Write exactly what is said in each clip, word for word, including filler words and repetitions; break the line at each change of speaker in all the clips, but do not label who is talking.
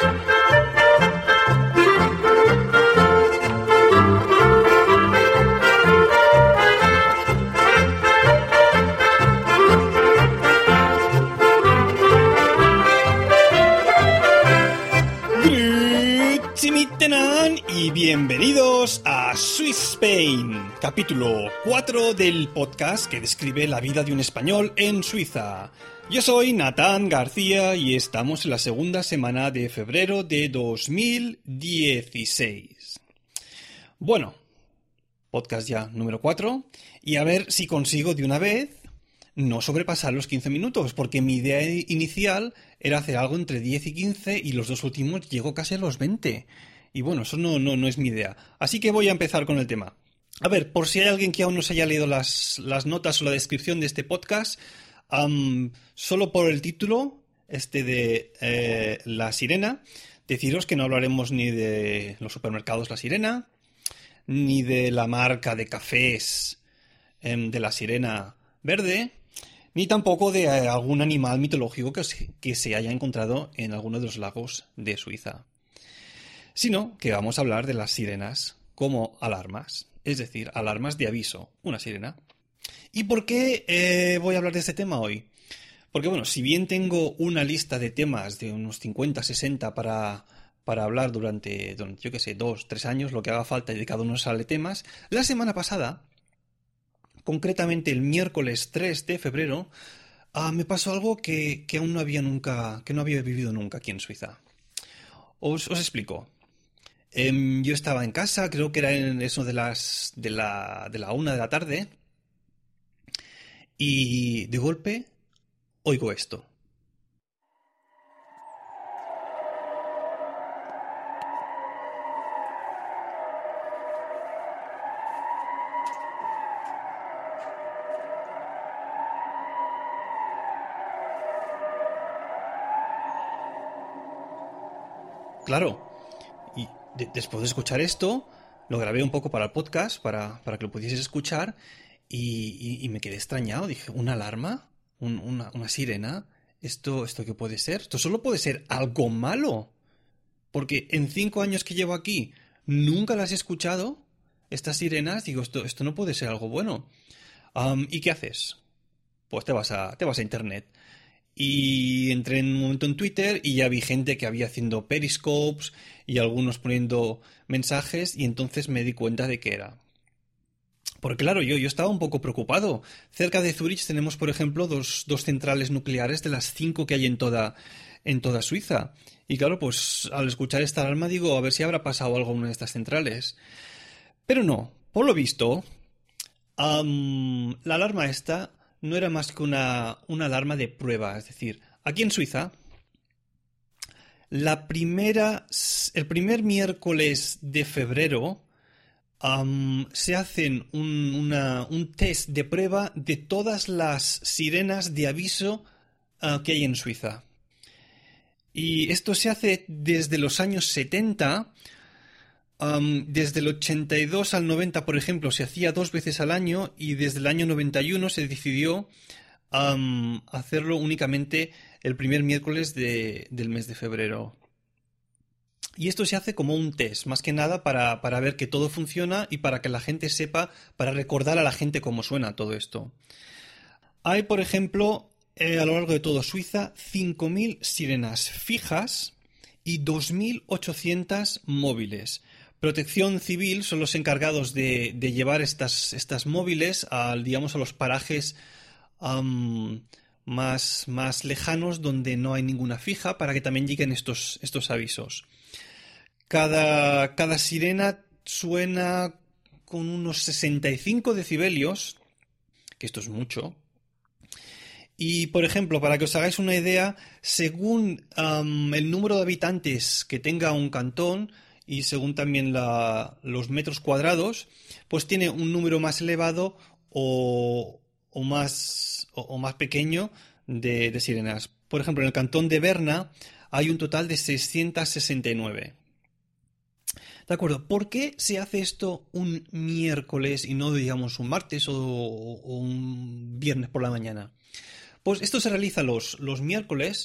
Y bienvenidos a Swiss Spain, capítulo cuatro del podcast que describe la vida de un español en Suiza. Yo soy Natán García y estamos en la segunda semana de febrero de dos mil dieciséis. Bueno, podcast ya número cuatro, y a ver si consigo de una vez no sobrepasar los quince minutos, porque mi idea inicial era hacer algo entre diez y quince y los dos últimos llego casi a los veinte. Y bueno, eso no, no, no es mi idea. Así que voy a empezar con el tema. A ver, por si hay alguien que aún no se haya leído las, las notas o la descripción de este podcast, um, solo por el título, este de eh, La Sirena, deciros que no hablaremos ni de los supermercados La Sirena, ni de la marca de cafés eh, de La Sirena Verde, ni tampoco de eh, algún animal mitológico que se, que se haya encontrado en alguno de los lagos de Suiza. Sino que vamos a hablar de las sirenas como alarmas, es decir, alarmas de aviso, una sirena. ¿Y por qué eh, voy a hablar de este tema hoy? Porque bueno, si bien tengo una lista de temas de unos cincuenta, sesenta para, para hablar durante, durante, yo qué sé, dos, tres años, lo que haga falta y de cada uno sale temas, la semana pasada, concretamente el miércoles tres de febrero, uh, me pasó algo que, que aún no había nunca, que no había vivido nunca aquí en Suiza. Os, os explico. Um, yo estaba en casa, creo que era en eso de las de la de la una de la tarde, y de golpe oigo esto. Claro. Y de- después de escuchar esto, lo grabé un poco para el podcast, para, para que lo pudieses escuchar, y, y- y me quedé extrañado. Dije, ¿una alarma? ¿Un- una, una sirena? ¿Esto, esto qué puede ser? Esto solo puede ser algo malo. Porque en cinco años que llevo aquí, nunca las he escuchado, estas sirenas. Digo, esto, esto no puede ser algo bueno. Am, ¿y qué haces? Pues te vas a, te vas a internet. Y entré en un momento en Twitter y ya vi gente que había haciendo periscopes y algunos poniendo mensajes, y entonces me di cuenta de qué era. Porque claro, yo, yo estaba un poco preocupado. Cerca de Zurich tenemos, por ejemplo, dos, dos centrales nucleares de las cinco que hay en toda, en toda Suiza. Y claro, pues al escuchar esta alarma digo, a ver si habrá pasado algo en una de estas centrales. Pero no, por lo visto, am, la alarma esta no era más que una, una alarma de prueba. Es decir, aquí en Suiza, la primera, el primer miércoles de febrero, am, se hacen un, una- un test de prueba de todas las sirenas de aviso ah, que hay en Suiza. Y esto se hace desde los años setenta. Am, desde el ochenta y dos al noventa, por ejemplo, se hacía dos veces al año, y desde el año noventa y uno se decidió am, hacerlo únicamente el primer miércoles de- del mes de febrero. Y esto se hace como un test, más que nada para, para ver que todo funciona y para que la gente sepa, para recordar a la gente cómo suena todo esto. Hay, por ejemplo, eh, a lo largo de toda Suiza, cinco mil sirenas fijas y dos mil ochocientas móviles. Protección Civil son los encargados de, de llevar estas, estas móviles al, digamos, a los parajes am, más, más lejanos donde no hay ninguna fija, para que también lleguen estos, estos avisos. Cada, cada sirena suena con unos sesenta y cinco decibelios, que esto es mucho. Y, por ejemplo, para que os hagáis una idea, según am, el número de habitantes que tenga un cantón y según también la- los metros cuadrados, pues tiene un número más elevado o, o más, o, o más pequeño de, de sirenas. Por ejemplo, en el cantón de Berna hay un total de seiscientos sesenta y nueve. De acuerdo, ¿por qué se hace esto un miércoles y no, digamos, un martes o, o un viernes por la mañana? Pues esto se realiza los, los miércoles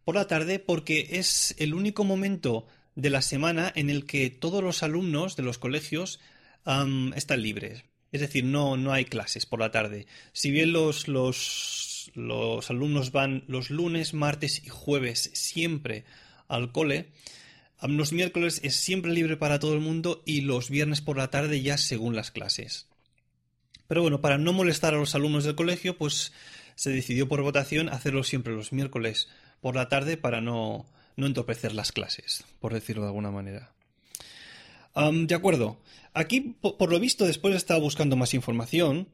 por la tarde porque es el único momento de la semana en el que todos los alumnos de los colegios um, están libres. Es decir, no, no hay clases por la tarde. Si bien los, los, los alumnos van los lunes, martes y jueves siempre al cole, um, los miércoles es siempre libre para todo el mundo y los viernes por la tarde ya según las clases. Pero bueno, para no molestar a los alumnos del colegio, pues se decidió por votación hacerlo siempre los miércoles por la tarde para no, no entorpecer las clases, por decirlo de alguna manera. Um, de acuerdo. Aquí, por, por lo visto, después he estado buscando más información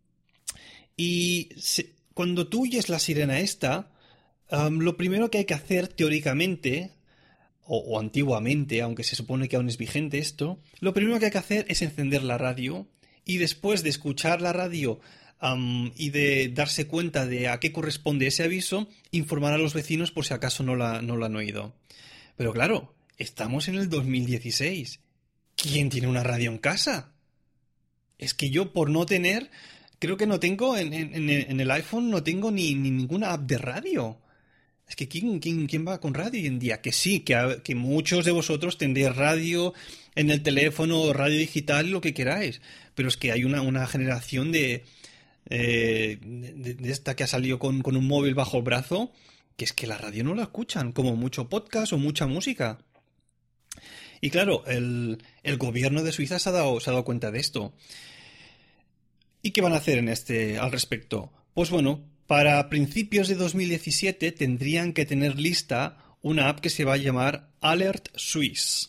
y se, cuando tú oyes la sirena esta, um, lo primero que hay que hacer teóricamente, o, o antiguamente, aunque se supone que aún es vigente esto, lo primero que hay que hacer es encender la radio y después de escuchar la radio um, y de darse cuenta de a qué corresponde ese aviso, informar a los vecinos por si acaso no la, no la han oído. Pero claro, estamos en el dos mil dieciséis. ¿Quién tiene una radio en casa? Es que yo por no tener, creo que no tengo, en, en, en el iPhone no tengo ni, ni ninguna app de radio. Es que ¿quién, quién, quién va con radio hoy en día? Que sí, que, que muchos de vosotros tendréis radio en el teléfono, radio digital, lo que queráis. Pero es que hay una, una generación de, eh, de, de esta que ha salido con, con un móvil bajo el brazo, que es que la radio no la escuchan, como mucho podcast o mucha música. Y claro, el, el gobierno de Suiza se ha, dado, se ha dado cuenta de esto. ¿Y qué van a hacer en este, al respecto? Pues bueno, para principios de dos mil diecisiete tendrían que tener lista una app que se va a llamar Alert Swiss.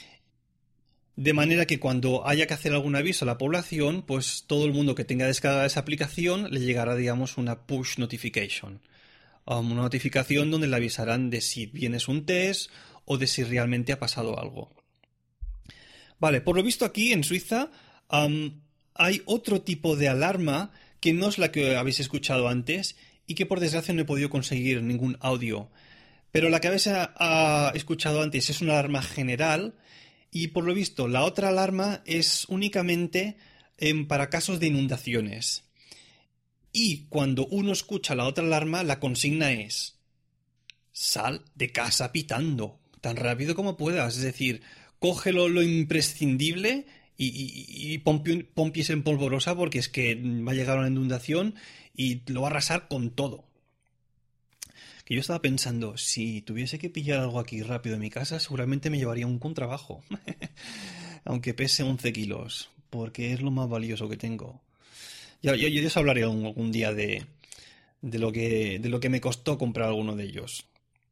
De manera que cuando haya que hacer algún aviso a la población, pues todo el mundo que tenga descargada esa aplicación le llegará, digamos, una push notification. Um, una notificación donde le avisarán de si bien es un test o de si realmente ha pasado algo. Vale, por lo visto aquí en Suiza um, hay otro tipo de alarma que no es la que habéis escuchado antes y que por desgracia no he podido conseguir ningún audio. Pero la que habéis uh, escuchado antes es una alarma general y por lo visto la otra alarma es únicamente um, para casos de inundaciones. Y cuando uno escucha la otra alarma, la consigna es: sal de casa pitando, tan rápido como puedas. Es decir, cógelo lo imprescindible y, y, y pon, pon pies en polvorosa porque es que va a llegar una inundación y lo va a arrasar con todo. Que yo estaba pensando, si tuviese que pillar algo aquí rápido en mi casa, seguramente me llevaría un contrabajo. Aunque pese once kilos, porque es lo más valioso que tengo. Ya, yo, yo os hablaré algún, algún día de, de, lo que, de lo que me costó comprar alguno de ellos.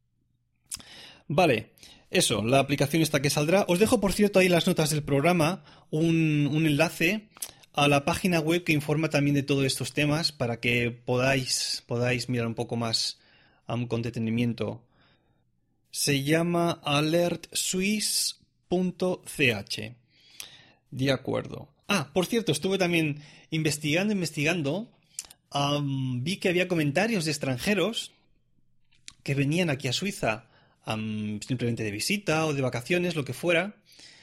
Vale, eso, la aplicación esta que saldrá. Os dejo, por cierto, ahí en las notas del programa un, un enlace a la página web que informa también de todos estos temas para que podáis, podáis mirar un poco más um, con detenimiento. Se llama alert swiss punto c h. De acuerdo. Ah, por cierto, estuve también investigando, investigando. Um, vi que había comentarios de extranjeros que venían aquí a Suiza um, simplemente de visita o de vacaciones, lo que fuera.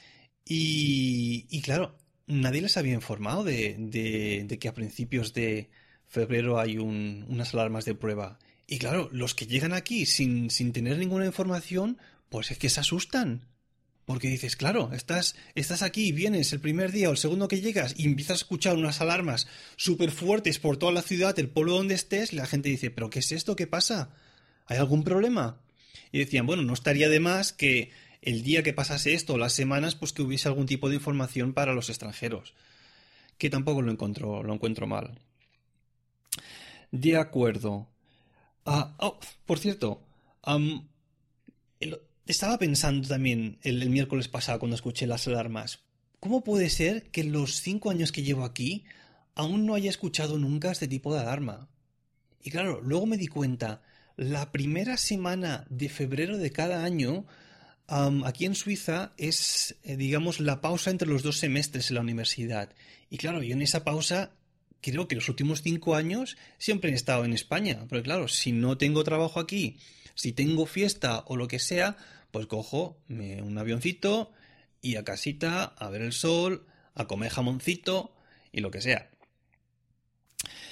Y, y claro, nadie les había informado de, de, de que a principios de febrero hay un, unas alarmas de prueba. Y claro, los que llegan aquí sin, sin tener ninguna información, pues es que se asustan. Porque dices, claro, estás, estás aquí, vienes el primer día o el segundo que llegas y empiezas a escuchar unas alarmas súper fuertes por toda la ciudad, el pueblo donde estés, y la gente dice, ¿pero qué es esto? ¿Qué pasa? ¿Hay algún problema? Y decían, bueno, no estaría de más que el día que pasase esto o las semanas, pues que hubiese algún tipo de información para los extranjeros. Que tampoco lo encuentro, lo encuentro mal. De acuerdo. Ah, oh, por cierto, um, el, estaba pensando también el, el miércoles pasado cuando escuché las alarmas. ¿Cómo puede ser que en los cinco años que llevo aquí aún no haya escuchado nunca este tipo de alarma? Y claro, luego me di cuenta, la primera semana de febrero de cada año, um, aquí en Suiza, es, eh, digamos, la pausa entre los dos semestres en la universidad. Y claro, yo en esa pausa, creo que los últimos cinco años siempre he estado en España. Porque claro, si no tengo trabajo aquí, si tengo fiesta o lo que sea, pues cojo me, un avioncito y a casita, a ver el sol, a comer jamoncito y lo que sea.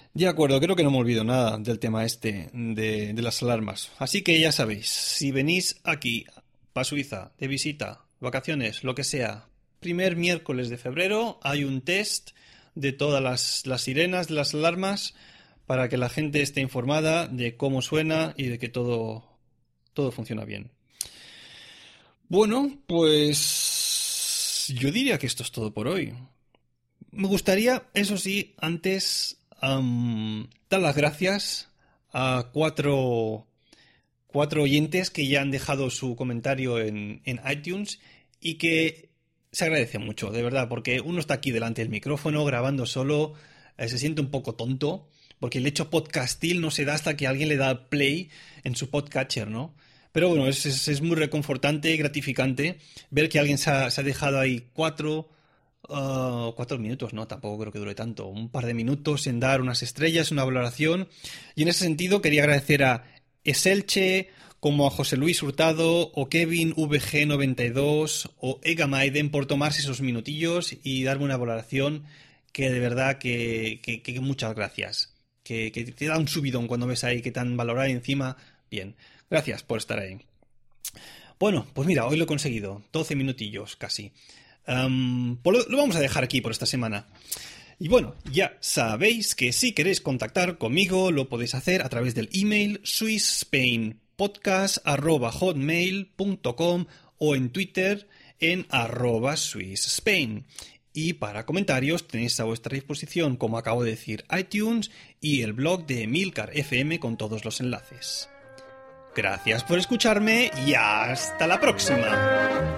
De acuerdo, creo que no me olvido nada del tema este de, de las alarmas. Así que ya sabéis, si venís aquí a Suiza de visita, vacaciones, lo que sea, primer miércoles de febrero hay un test de todas las, las sirenas de las alarmas para que la gente esté informada de cómo suena y de que todo, todo funciona bien. Bueno, pues yo diría que esto es todo por hoy. Me gustaría, eso sí, antes am, dar las gracias a cuatro, cuatro oyentes que ya han dejado su comentario en, en iTunes y que se agradece mucho, de verdad, porque uno está aquí delante del micrófono grabando solo, eh, se siente un poco tonto, porque el hecho podcastil no se da hasta que alguien le da play en su podcatcher, ¿no? Pero bueno, es, es, es muy reconfortante y gratificante ver que alguien se ha, se ha dejado ahí cuatro Uh, cuatro minutos, no, tampoco creo que dure tanto. Un par de minutos en dar unas estrellas, una valoración. Y en ese sentido quería agradecer a Eselche, como a José Luis Hurtado, o Kevin V G noventa y dos, o Ega Maiden por tomarse esos minutillos y darme una valoración que de verdad que, que, que muchas gracias. Que, que te da un subidón cuando ves ahí que tan valorado encima. Bien, gracias por estar ahí. Bueno, pues mira, hoy lo he conseguido. doce minutillos casi. Um, pues lo, lo vamos a dejar aquí por esta semana. Y bueno, ya sabéis que si queréis contactar conmigo lo podéis hacer a través del email swissspainpodcast arroba hotmail punto com o en Twitter en arroba swissspain. Y para comentarios tenéis a vuestra disposición, como acabo de decir, iTunes y el blog de Emilcar F M con todos los enlaces. Gracias por escucharme y hasta la próxima.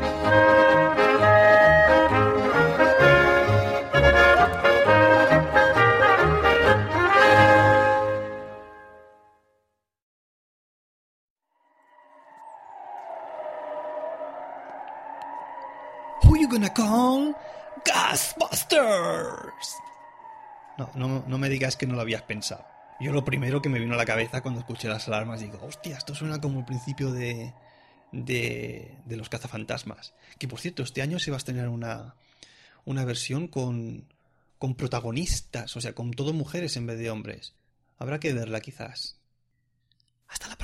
Who you gonna call? Ghostbusters. No, no, no me digas que no lo habías pensado. Yo lo primero que me vino a la cabeza cuando escuché las alarmas, digo, hostia, esto suena como el principio de, de, de los cazafantasmas. Que por cierto, este año se va a estrenar una, una versión con, con protagonistas, o sea, con todo mujeres en vez de hombres. Habrá que verla quizás. Hasta la próxima.